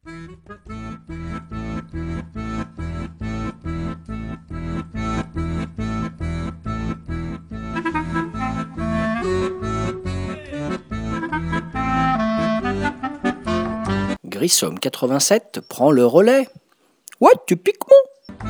Grissom 87 prend le relais. Ouais, tu piques mon.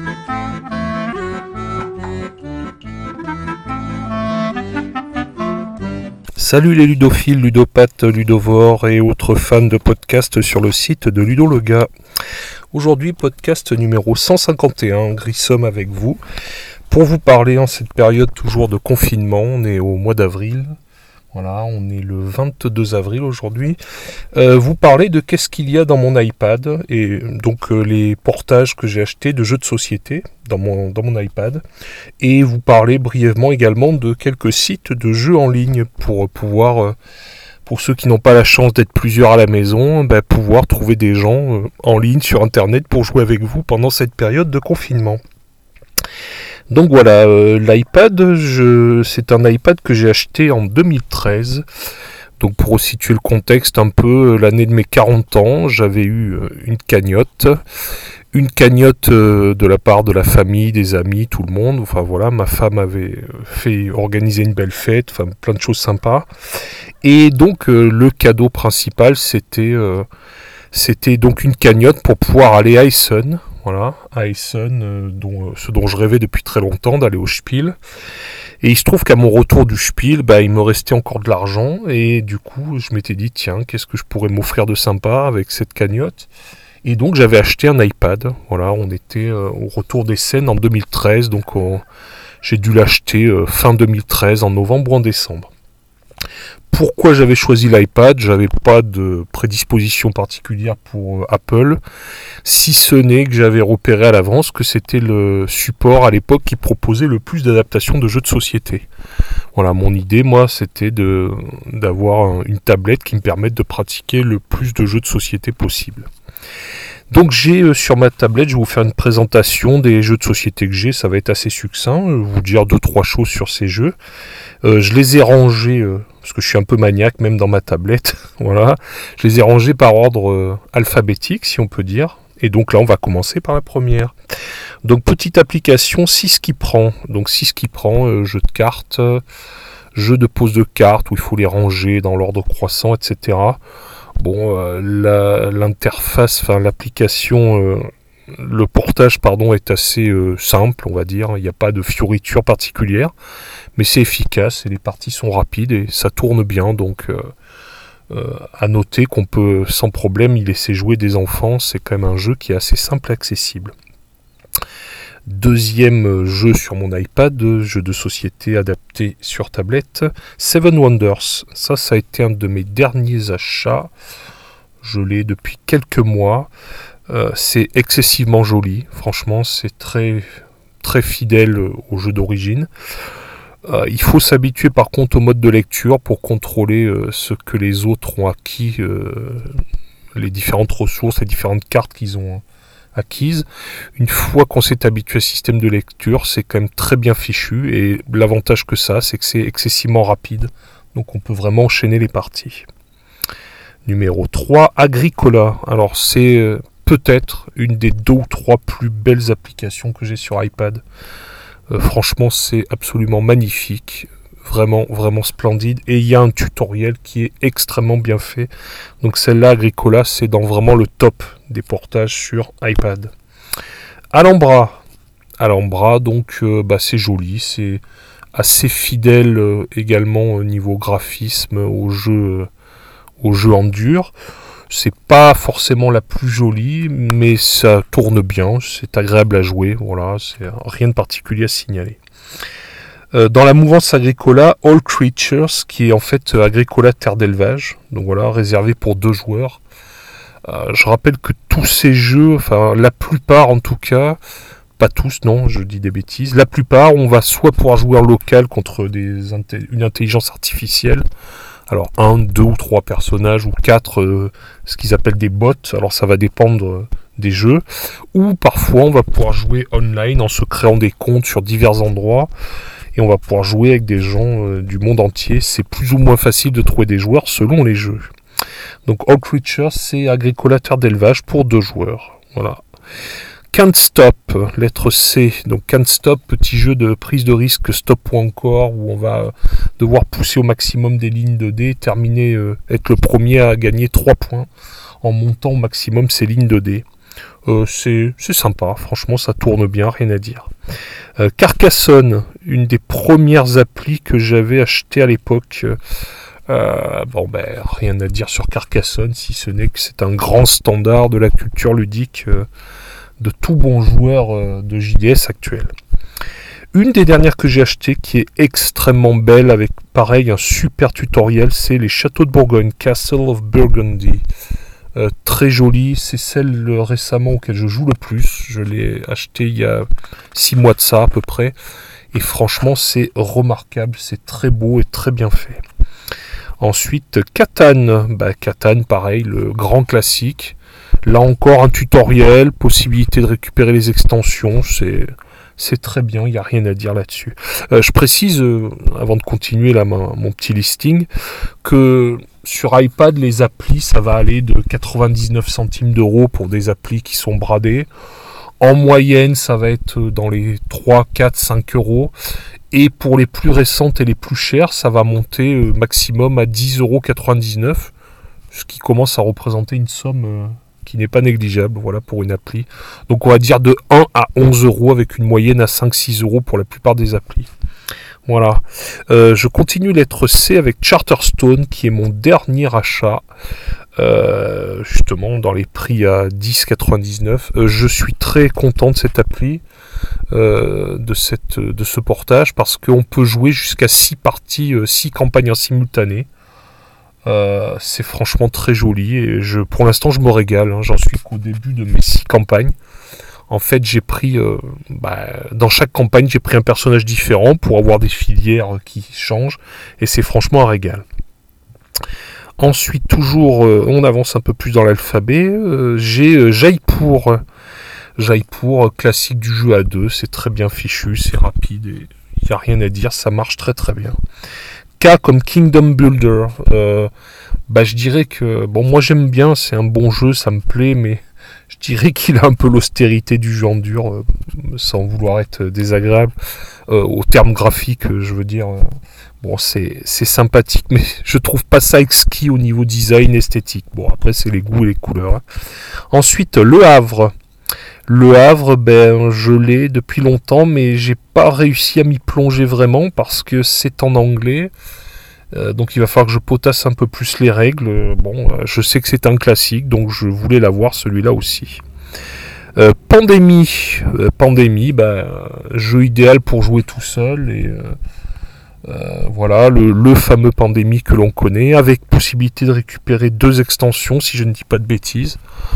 Salut les ludophiles, ludopathes, ludovores et autres fans de podcasts sur le site de Ludo le gars. Aujourd'hui, podcast numéro 151, Grissom avec vous, pour vous parler en cette période toujours de confinement. On est au mois d'avril. Voilà, on est le 22 avril aujourd'hui. Vous parler de qu'est-ce qu'il y a dans mon iPad et donc les portages que j'ai achetés de jeux de société dans mon iPad. Et vous parler brièvement également de quelques sites de jeux en ligne pour pouvoir, pour ceux qui n'ont pas la chance d'être plusieurs à la maison, pouvoir trouver des gens en ligne sur Internet pour jouer avec vous pendant cette période de confinement. Donc voilà, l'iPad, c'est un iPad que j'ai acheté en 2013. Donc pour resituer le contexte un peu, l'année de mes 40 ans, j'avais eu une cagnotte. Une cagnotte de la part de la famille, des amis, tout le monde. Enfin voilà, ma femme avait fait organiser une belle fête, enfin plein de choses sympas. Et donc le cadeau principal, c'était donc une cagnotte pour pouvoir aller à Essen. Voilà, à Essen, ce dont je rêvais depuis très longtemps, d'aller au Spiel. Et il se trouve qu'à mon retour du Spiel, il me restait encore de l'argent. Et du coup, je m'étais dit, tiens, qu'est-ce que je pourrais m'offrir de sympa avec cette cagnotte ? Et donc, j'avais acheté un iPad. Voilà, on était au retour d'Essen en 2013. Donc, j'ai dû l'acheter fin 2013, en novembre ou en décembre. Pourquoi j'avais choisi l'iPad ? J'avais pas de prédisposition particulière pour Apple, si ce n'est que j'avais repéré à l'avance que c'était le support à l'époque qui proposait le plus d'adaptations de jeux de société. Voilà, mon idée, moi, c'était d'avoir une tablette qui me permette de pratiquer le plus de jeux de société possible. Donc j'ai sur ma tablette, je vais vous faire une présentation des jeux de société que j'ai, ça va être assez succinct, je vais vous dire 2-3 choses sur ces jeux. Je les ai rangés, parce que je suis un peu maniaque même dans ma tablette, voilà. Je les ai rangés par ordre alphabétique, si on peut dire. Et donc là, on va commencer par la première. Donc petite application, 6 qui prend. Donc 6 qui prend, jeu de cartes, jeu de pose de cartes, où il faut les ranger dans l'ordre croissant, etc. Bon, l'interface, enfin l'application, le portage, est assez simple, on va dire. Il n'y a pas de fioriture particulière, mais c'est efficace et les parties sont rapides et ça tourne bien. Donc, à noter qu'on peut sans problème y laisser jouer des enfants. C'est quand même un jeu qui est assez simple et accessible. Deuxième jeu sur mon iPad, jeu de société adapté sur tablette, Seven Wonders. Ça a été un de mes derniers achats. Je l'ai depuis quelques mois. C'est excessivement joli. Franchement, c'est très, très fidèle au jeu d'origine. Il faut s'habituer par contre au mode de lecture pour contrôler ce que les autres ont acquis, les différentes ressources, les différentes cartes qu'ils ont acquises. Une fois qu'on s'est habitué au système de lecture, c'est quand même très bien fichu et l'avantage que ça, c'est que c'est excessivement rapide. Donc on peut vraiment enchaîner les parties. Numéro 3, Agricola. Alors c'est peut-être une des 2 ou 3 plus belles applications que j'ai sur iPad. Franchement, c'est absolument magnifique. Vraiment, vraiment splendide. Et il y a un tutoriel qui est extrêmement bien fait. Donc celle-là, Agricola, c'est dans vraiment le top des portages sur iPad. Alhambra, donc c'est joli. C'est assez fidèle également au niveau graphisme au jeu en dur. C'est pas forcément la plus jolie, mais ça tourne bien. C'est agréable à jouer. Voilà, c'est rien de particulier à signaler. Dans la mouvance Agricola, All Creatures, qui est en fait Agricola Terre d'élevage, donc voilà, réservé pour 2 joueurs. Je rappelle que tous ces jeux, enfin la plupart en tout cas, pas tous, non, je dis des bêtises, la plupart, on va soit pouvoir jouer en local contre une intelligence artificielle, alors 1, 2 ou 3 personnages, ou 4, ce qu'ils appellent des bots, alors ça va dépendre des jeux, ou parfois on va pouvoir jouer online en se créant des comptes sur divers endroits, et on va pouvoir jouer avec des gens du monde entier. C'est plus ou moins facile de trouver des joueurs selon les jeux. Donc All Creatures, c'est Agricola Terre d'élevage pour 2 joueurs. Voilà. Can't Stop, lettre C. Donc Can't Stop, petit jeu de prise de risque stop ou encore, où on va devoir pousser au maximum des lignes de dés, terminer, être le premier à gagner 3 points en montant au maximum ces lignes de dés. C'est sympa, franchement ça tourne bien, rien à dire. Carcassonne, une des premières applis que j'avais achetées à l'époque. Rien à dire sur Carcassonne, si ce n'est que c'est un grand standard de la culture ludique de tout bon joueur de JDS actuel. Une des dernières que j'ai achetées qui est extrêmement belle avec pareil un super tutoriel, c'est les Châteaux de Bourgogne, Castle of Burgundy. Très jolie, c'est celle récemment auquel je joue le plus. Je l'ai acheté il y a 6 mois de ça à peu près. Et franchement c'est remarquable, c'est très beau et très bien fait. Ensuite Catan, Catan pareil, le grand classique. Là encore un tutoriel, possibilité de récupérer les extensions, c'est très bien, il n'y a rien à dire là-dessus. Je précise, avant de continuer là mon petit listing, que sur iPad les applis ça va aller de 99 centimes d'euros pour des applis qui sont bradées. En moyenne ça va être dans les 3, 4, 5 euros. Et pour les plus récentes et les plus chères, ça va monter maximum à 10,99 €, ce qui commence à représenter une somme qui n'est pas négligeable, voilà, pour une appli. Donc on va dire de 1 à 11 € avec une moyenne à 5-6 € pour la plupart des applis. Voilà. Je continue lettre C avec Charterstone, qui est mon dernier achat. Justement dans les prix à 10,99 €. Je suis très content de cette appli, de ce portage, parce qu'on peut jouer jusqu'à 6 parties, 6 campagnes en simultané. C'est franchement très joli et pour l'instant je me régale, j'en suis qu'au début de mes 6 campagnes. En fait j'ai pris dans chaque campagne j'ai pris un personnage différent pour avoir des filières qui changent et c'est franchement un régal. Ensuite toujours on avance un peu plus dans l'alphabet, j'ai Jaipur, classique du jeu à 2, c'est très bien fichu, c'est rapide et il n'y a rien à dire, ça marche très très bien. K comme Kingdom Builder, je dirais que, moi j'aime bien, c'est un bon jeu, ça me plaît, mais je dirais qu'il a un peu l'austérité du jeu en dur, sans vouloir être désagréable, au terme graphique, je veux dire, c'est sympathique, mais je trouve pas ça exquis au niveau design esthétique. Bon, après c'est les goûts et les couleurs. Ensuite, Le Havre. Le Havre, je l'ai depuis longtemps, mais j'ai pas réussi à m'y plonger vraiment parce que c'est en anglais. Donc il va falloir que je potasse un peu plus les règles. Je sais que c'est un classique, donc je voulais l'avoir celui-là aussi. Pandémie, jeu idéal pour jouer tout seul et voilà le fameux Pandémie que l'on connaît, avec possibilité de récupérer 2 extensions si je ne dis pas de bêtises.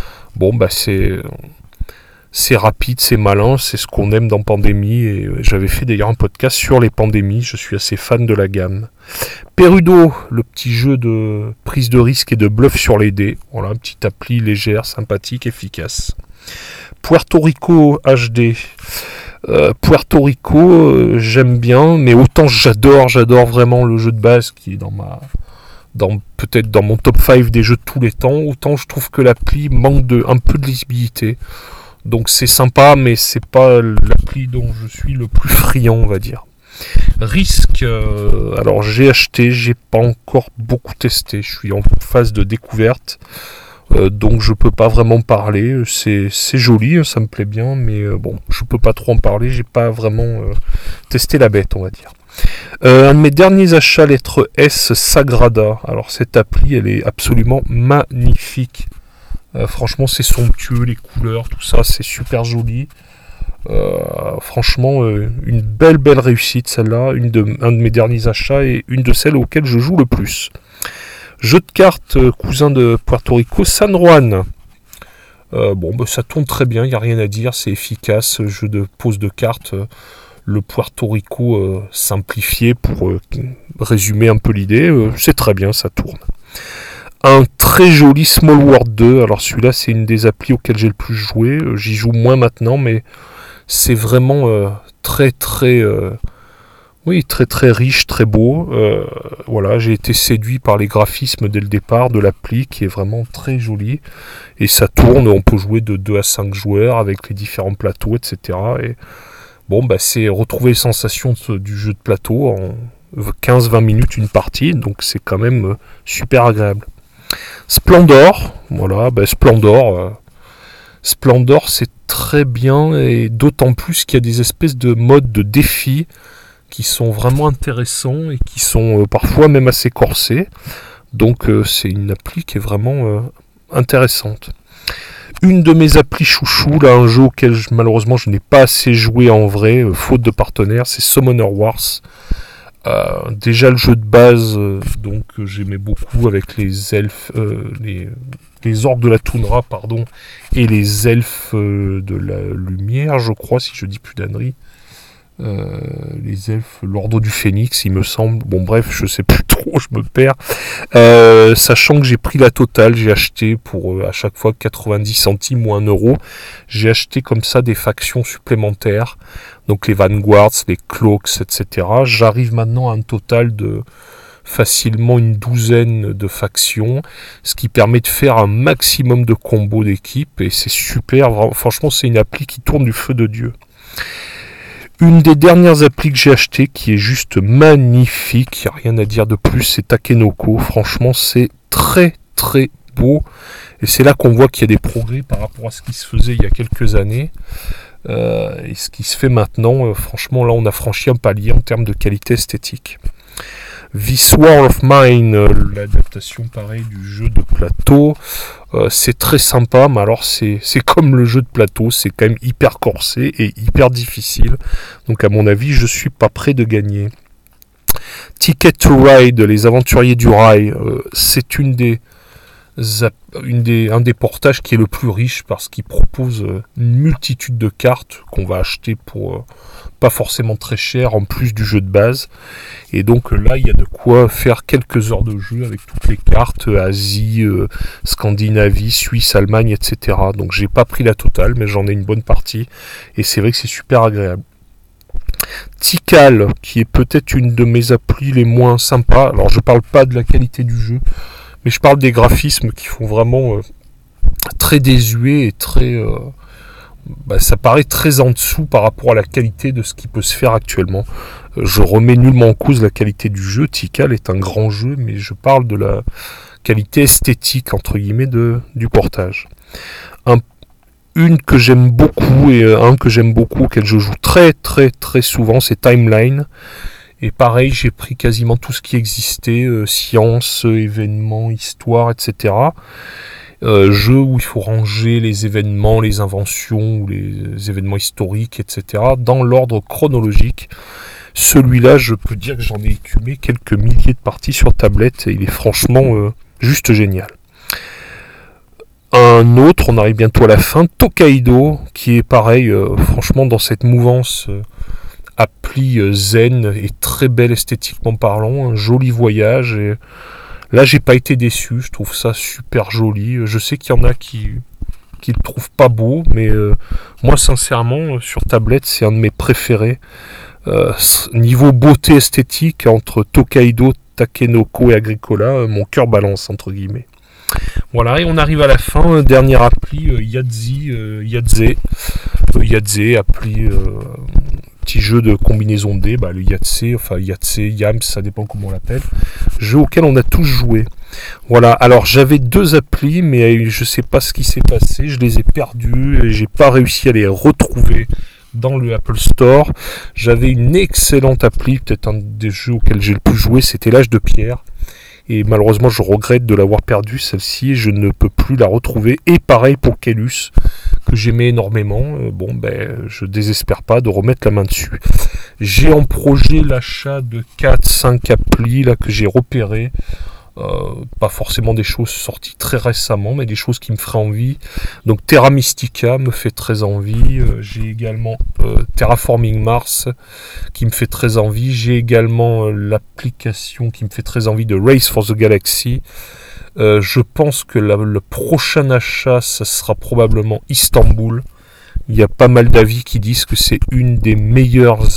C'est rapide, c'est malin, c'est ce qu'on aime dans Pandémie, et j'avais fait d'ailleurs un podcast sur les pandémies, je suis assez fan de la gamme. Perudo, le petit jeu de prise de risque et de bluff sur les dés, voilà, une petite appli légère, sympathique, efficace. Puerto Rico HD, Puerto Rico, j'aime bien, mais autant j'adore vraiment le jeu de base qui est peut-être dans mon top 5 des jeux de tous les temps, autant je trouve que l'appli manque un peu de lisibilité. Donc c'est sympa, mais c'est pas l'appli dont je suis le plus friand, on va dire. Risque, alors j'ai acheté, j'ai pas encore beaucoup testé, je suis en phase de découverte, donc je peux pas vraiment parler. C'est joli, ça me plaît bien, mais je peux pas trop en parler, j'ai pas vraiment testé la bête, on va dire. Un de mes derniers achats, lettre S, Sagrada. Alors cette appli, elle est absolument magnifique. Franchement c'est somptueux, les couleurs, tout ça, c'est super joli. Franchement une belle réussite celle-là, un de mes derniers achats et une de celles auxquelles je joue le plus. Jeu de cartes cousin de Puerto Rico, San Juan. Ça tourne très bien, il n'y a rien à dire, c'est efficace, jeu de pose de cartes, le Puerto Rico simplifié pour résumer un peu l'idée, c'est très bien, ça tourne. Un très joli Small World 2, alors celui-là c'est une des applis auxquelles j'ai le plus joué, j'y joue moins maintenant, mais c'est vraiment très Oui, très très riche, très beau. Voilà, j'ai été séduit par les graphismes dès le départ de l'appli qui est vraiment très jolie. Et ça tourne, on peut jouer de 2 à 5 joueurs avec les différents plateaux, etc. Et bon, c'est retrouver les sensations du jeu de plateau en 15-20 minutes une partie, donc c'est quand même super agréable. Splendor, voilà, Splendor c'est très bien et d'autant plus qu'il y a des espèces de modes de défis qui sont vraiment intéressants et qui sont parfois même assez corsés. Donc c'est une appli qui est vraiment intéressante. Une de mes applis chouchou, là, un jeu auquel malheureusement je n'ai pas assez joué en vrai, faute de partenaire, c'est Summoner Wars. Déjà le jeu de base, j'aimais beaucoup avec les elfes, les orques de la toundra, pardon, et les elfes de la lumière, je crois, si je dis plus d'âneries. Les elfes, l'ordre du phénix, il me semble. Bon, bref, je sais plus trop, je me perds. Sachant que j'ai pris la totale, j'ai acheté pour à chaque fois 90 centimes ou 1 euro. J'ai acheté comme ça des factions supplémentaires, donc les Vanguards, les Cloaks, etc. J'arrive maintenant à un total de facilement une douzaine de factions, ce qui permet de faire un maximum de combos d'équipe et c'est super. Franchement, c'est une appli qui tourne du feu de Dieu. Une des dernières applis que j'ai achetées qui est juste magnifique, il n'y a rien à dire de plus, c'est Takenoko. Franchement, c'est très très beau. Et c'est là qu'on voit qu'il y a des progrès par rapport à ce qui se faisait il y a quelques années. Et ce qui se fait maintenant, franchement, là, on a franchi un palier en termes de qualité esthétique. This War of Mine, l'adaptation pareil du jeu de plateau, c'est très sympa, mais alors c'est comme le jeu de plateau, c'est quand même hyper corsé et hyper difficile. Donc à mon avis, je suis pas prêt de gagner. Ticket to Ride, les aventuriers du rail, c'est un des portages qui est le plus riche parce qu'il propose une multitude de cartes qu'on va acheter pour pas forcément très cher en plus du jeu de base. Et donc là, il y a de quoi faire quelques heures de jeu avec toutes les cartes, Asie, Scandinavie, Suisse, Allemagne, etc. Donc j'ai pas pris la totale, mais j'en ai une bonne partie. Et c'est vrai que c'est super agréable. Tikal, qui est peut-être une de mes applis les moins sympas. Alors je parle pas de la qualité du jeu, mais je parle des graphismes qui font vraiment très désuets et très... ça paraît très en dessous par rapport à la qualité de ce qui peut se faire actuellement. Je remets nullement en cause la qualité du jeu. Tikal est un grand jeu, mais je parle de la qualité esthétique, entre guillemets, du portage. Une que j'aime beaucoup et un que j'aime beaucoup, auquel je joue très très très souvent, c'est Timeline. Et pareil, j'ai pris quasiment tout ce qui existait, science, événements, histoire, etc. Jeu où il faut ranger les événements, les inventions ou les événements historiques, etc. dans l'ordre chronologique. Celui-là, je peux dire que j'en ai écumé quelques milliers de parties sur tablette et il est franchement juste génial. Un autre, on arrive bientôt à la fin, Tokaido, qui est pareil, franchement dans cette mouvance appli zen et très belle esthétiquement parlant, un joli voyage et là j'ai pas été déçu, je trouve ça super joli. Je sais qu'il y en a qui le trouvent pas beau, mais moi sincèrement sur tablette c'est un de mes préférés. Niveau beauté esthétique entre Tokaido, Takenoko et Agricola, mon cœur balance entre guillemets. Voilà, et on arrive à la fin, dernière appli, Yahtzee, appli petit jeu de combinaison de dés, le Yahtzee, Yams, ça dépend comment on l'appelle, jeu auquel on a tous joué. Voilà, alors j'avais 2 applis, mais je sais pas ce qui s'est passé, je les ai perdues, et j'ai pas réussi à les retrouver dans le Apple Store. J'avais une excellente appli, peut-être un des jeux auxquels j'ai le plus joué, c'était l'Âge de Pierre. Et malheureusement, je regrette de l'avoir perdue, celle-ci, et je ne peux plus la retrouver. Et pareil pour Kellus, que j'aimais énormément. Je désespère pas de remettre la main dessus. J'ai en projet l'achat de 4-5 applis là, que j'ai repérées. Pas forcément des choses sorties très récemment, mais des choses qui me feraient envie. Donc Terra Mystica me fait très envie. J'ai également Terraforming Mars qui me fait très envie. J'ai également l'application qui me fait très envie de Race for the Galaxy. Je pense que le prochain achat, ça sera probablement Istanbul. Il y a pas mal d'avis qui disent que c'est une des meilleures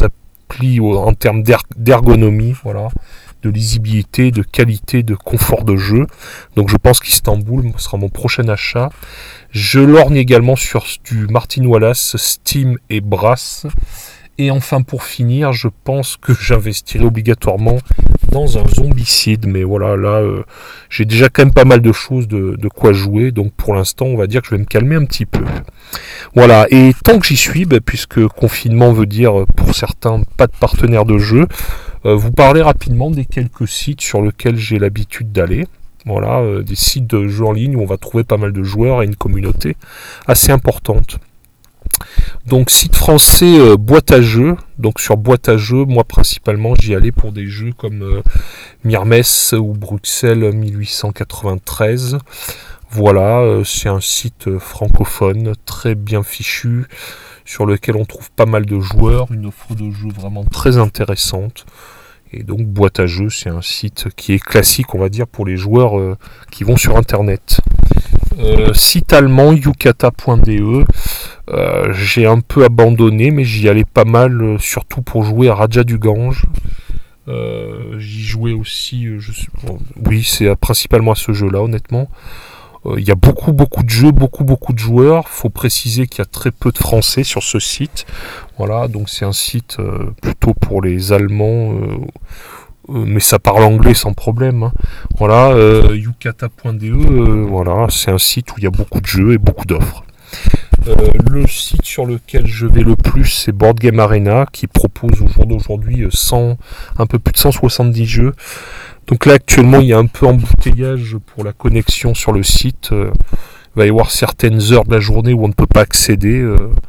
plie en termes d'ergonomie, voilà, de lisibilité, de qualité, de confort de jeu. Donc je pense qu'Istanbul sera mon prochain achat. Je lorgne également sur du Martin Wallace, Steam et Brass. Et enfin, pour finir, je pense que j'investirai obligatoirement dans un zombicide. Mais voilà, là, j'ai déjà quand même pas mal de choses de quoi jouer. Donc pour l'instant, on va dire que je vais me calmer un petit peu. Voilà, et tant que j'y suis, puisque confinement veut dire pour certains pas de partenaire de jeu, vous parlez rapidement des quelques sites sur lesquels j'ai l'habitude d'aller. Voilà, des sites de jeux en ligne où on va trouver pas mal de joueurs et une communauté assez importante. Donc site français boîte à jeux. Donc sur boîte à jeux, moi principalement j'y allais pour des jeux comme Myrmès ou Bruxelles 1893. Voilà, c'est un site francophone très bien fichu sur lequel on trouve pas mal de joueurs, une offre de jeux vraiment très intéressante. Et donc boîte à jeux, c'est un site qui est classique, on va dire, pour les joueurs qui vont sur internet. Site allemand yukata.de, j'ai un peu abandonné, mais j'y allais pas mal, surtout pour jouer à Raja du Gange. J'y jouais aussi, oui, c'est principalement à ce jeu-là, honnêtement. Il y a beaucoup de jeux, beaucoup de joueurs. Faut préciser qu'il y a très peu de Français sur ce site. Voilà, donc c'est un site plutôt pour les Allemands, mais ça parle anglais sans problème. Hein. Voilà, yukata.de, voilà, c'est un site où il y a beaucoup de jeux et beaucoup d'offres. Le site sur lequel je vais le plus, c'est Board Game Arena, qui propose au jour d'aujourd'hui un peu plus de 170 jeux. Donc là, actuellement, il y a un peu embouteillage pour la connexion sur le site. Il va y avoir certaines heures de la journée où on ne peut pas accéder,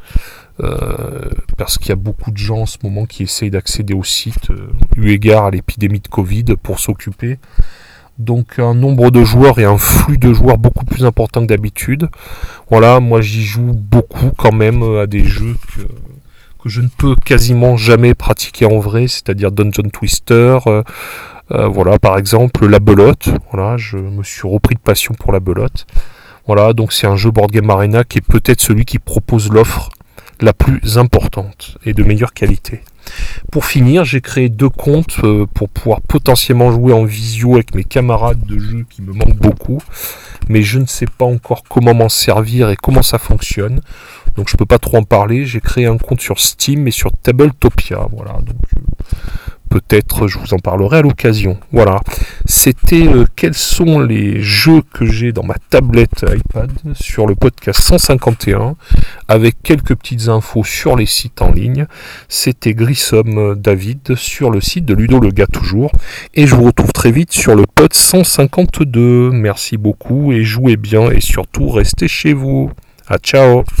parce qu'il y a beaucoup de gens en ce moment qui essayent d'accéder au site, eu égard à l'épidémie de Covid, pour s'occuper. Donc un nombre de joueurs et un flux de joueurs beaucoup plus important que d'habitude. Voilà, moi j'y joue beaucoup quand même à des jeux que je ne peux quasiment jamais pratiquer en vrai, c'est-à-dire Dungeon Twister, voilà, par exemple la belote. Voilà, je me suis repris de passion pour la belote. Voilà, donc c'est un jeu Board Game Arena qui est peut-être celui qui propose l'offre la plus importante et de meilleure qualité. Pour finir, j'ai créé 2 comptes pour pouvoir potentiellement jouer en visio avec mes camarades de jeu qui me manquent beaucoup, mais je ne sais pas encore comment m'en servir et comment ça fonctionne, donc je peux pas trop en parler. J'ai créé un compte sur Steam et sur Tabletopia, voilà, donc peut-être je vous en parlerai à l'occasion. Voilà, c'était quels sont les jeux que j'ai dans ma tablette iPad sur le podcast 151, avec quelques petites infos sur les sites en ligne. C'était Grissom David sur le site de Ludo le Gars toujours, et je vous retrouve très vite sur le pod 152. Merci beaucoup et jouez bien et surtout restez chez vous. Ciao.